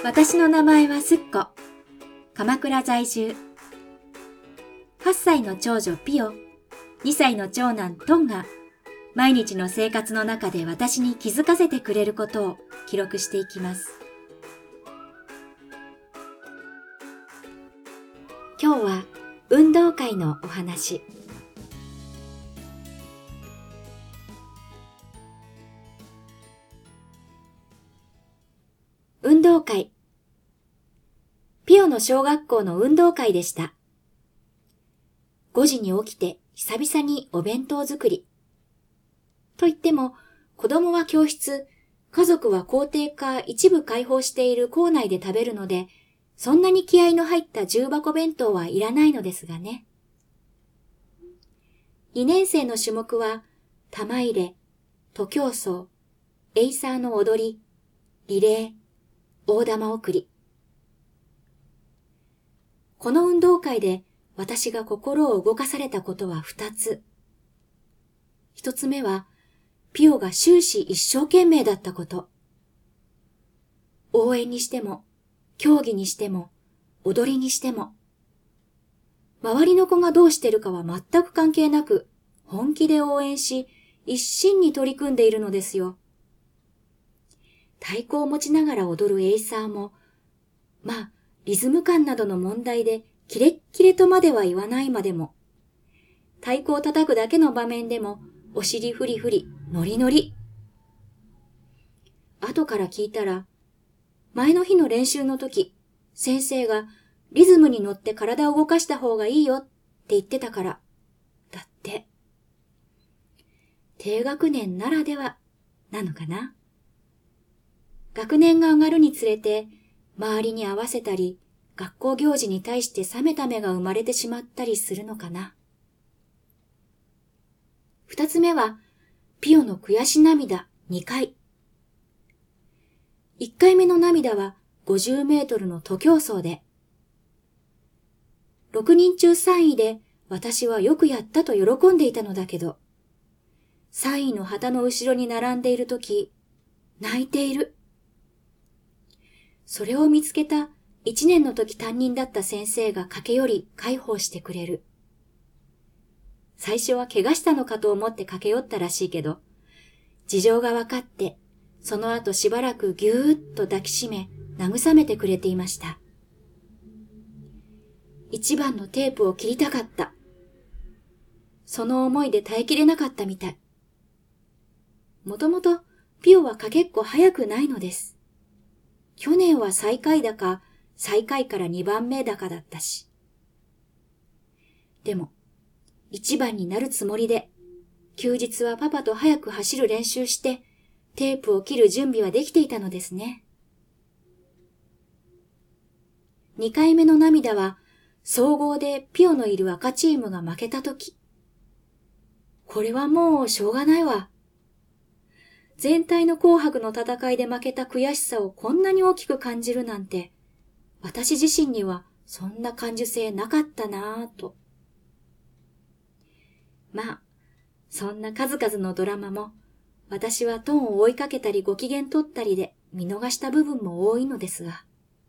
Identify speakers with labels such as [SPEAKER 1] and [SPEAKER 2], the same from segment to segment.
[SPEAKER 1] 私の名前はすっこ。鎌倉在住。8歳の長女ピオ、2歳の長男トンが、毎日の生活の中で私に気づかせてくれることを記録していきます。今日は運動会のお話。運動会。ピオの小学校の運動会でした。5時に起きて久々にお弁当作り。と言っても、子供は教室、家族は校庭か一部開放している校内で食べるので、そんなに気合の入った重箱弁当はいらないのですがね。2年生の種目は、玉入れ、徒競走、エイサーの踊り、リレー、大玉送り。この運動会で私が心を動かされたことは2つ。1つ目は、ピオが終始一生懸命だったこと。応援にしても、競技にしても、踊りにしても。周りの子がどうしてるかは全く関係なく、本気で応援し、一心に取り組んでいるのですよ。太鼓を持ちながら踊るエイサーも、まあ、リズム感などの問題でキレッキレとまでは言わないまでも、太鼓を叩くだけの場面でもお尻フリフリ、ノリノリ。後から聞いたら、前の日の練習の時、先生がリズムに乗って体を動かした方がいいよって言ってたから、だって。低学年ならではなのかな。学年が上がるにつれて、周りに合わせたり、学校行事に対して冷めた目が生まれてしまったりするのかな。2つ目は、ピオの悔し涙2回。1回目の涙は50メートルの徒競走で、6人中3位で私はよくやったと喜んでいたのだけど、3位の旗の後ろに並んでいるとき、泣いている。それを見つけた1年の時担任だった先生が駆け寄り介抱してくれる。最初は怪我したのかと思って駆け寄ったらしいけど、事情が分かって、その後しばらくぎゅーっと抱きしめ、慰めてくれていました。一番のテープを切りたかった。その思いで耐えきれなかったみたい。もともとピオはかけっこ早くないのです。去年は最下位だか、最下位から2番目だかだったし。でも、一番になるつもりで、休日はパパと早く走る練習して、テープを切る準備はできていたのですね。2回目の涙は、総合でピオのいる赤チームが負けたとき。これはもうしょうがないわ。全体の紅白の戦いで負けた悔しさをこんなに大きく感じるなんて、私自身にはそんな感受性なかったなぁと。まあ、そんな数々のドラマも、私はトンを追いかけたりご機嫌取ったりで見逃した部分も多いのですが、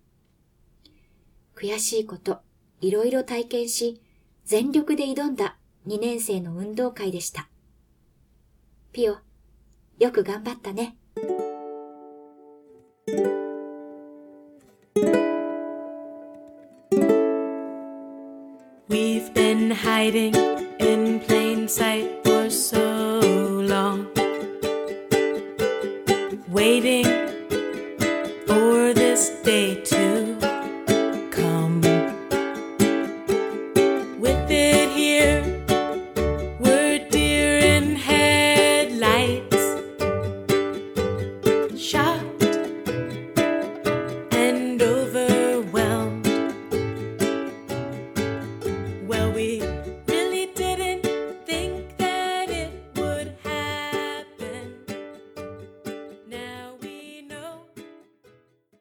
[SPEAKER 1] 悔しいこと、いろいろ体験し、全力で挑んだ2年生の運動会でした。ピオ、よく頑張ったね。
[SPEAKER 2] We've been hiding in plain sight for so long, waiting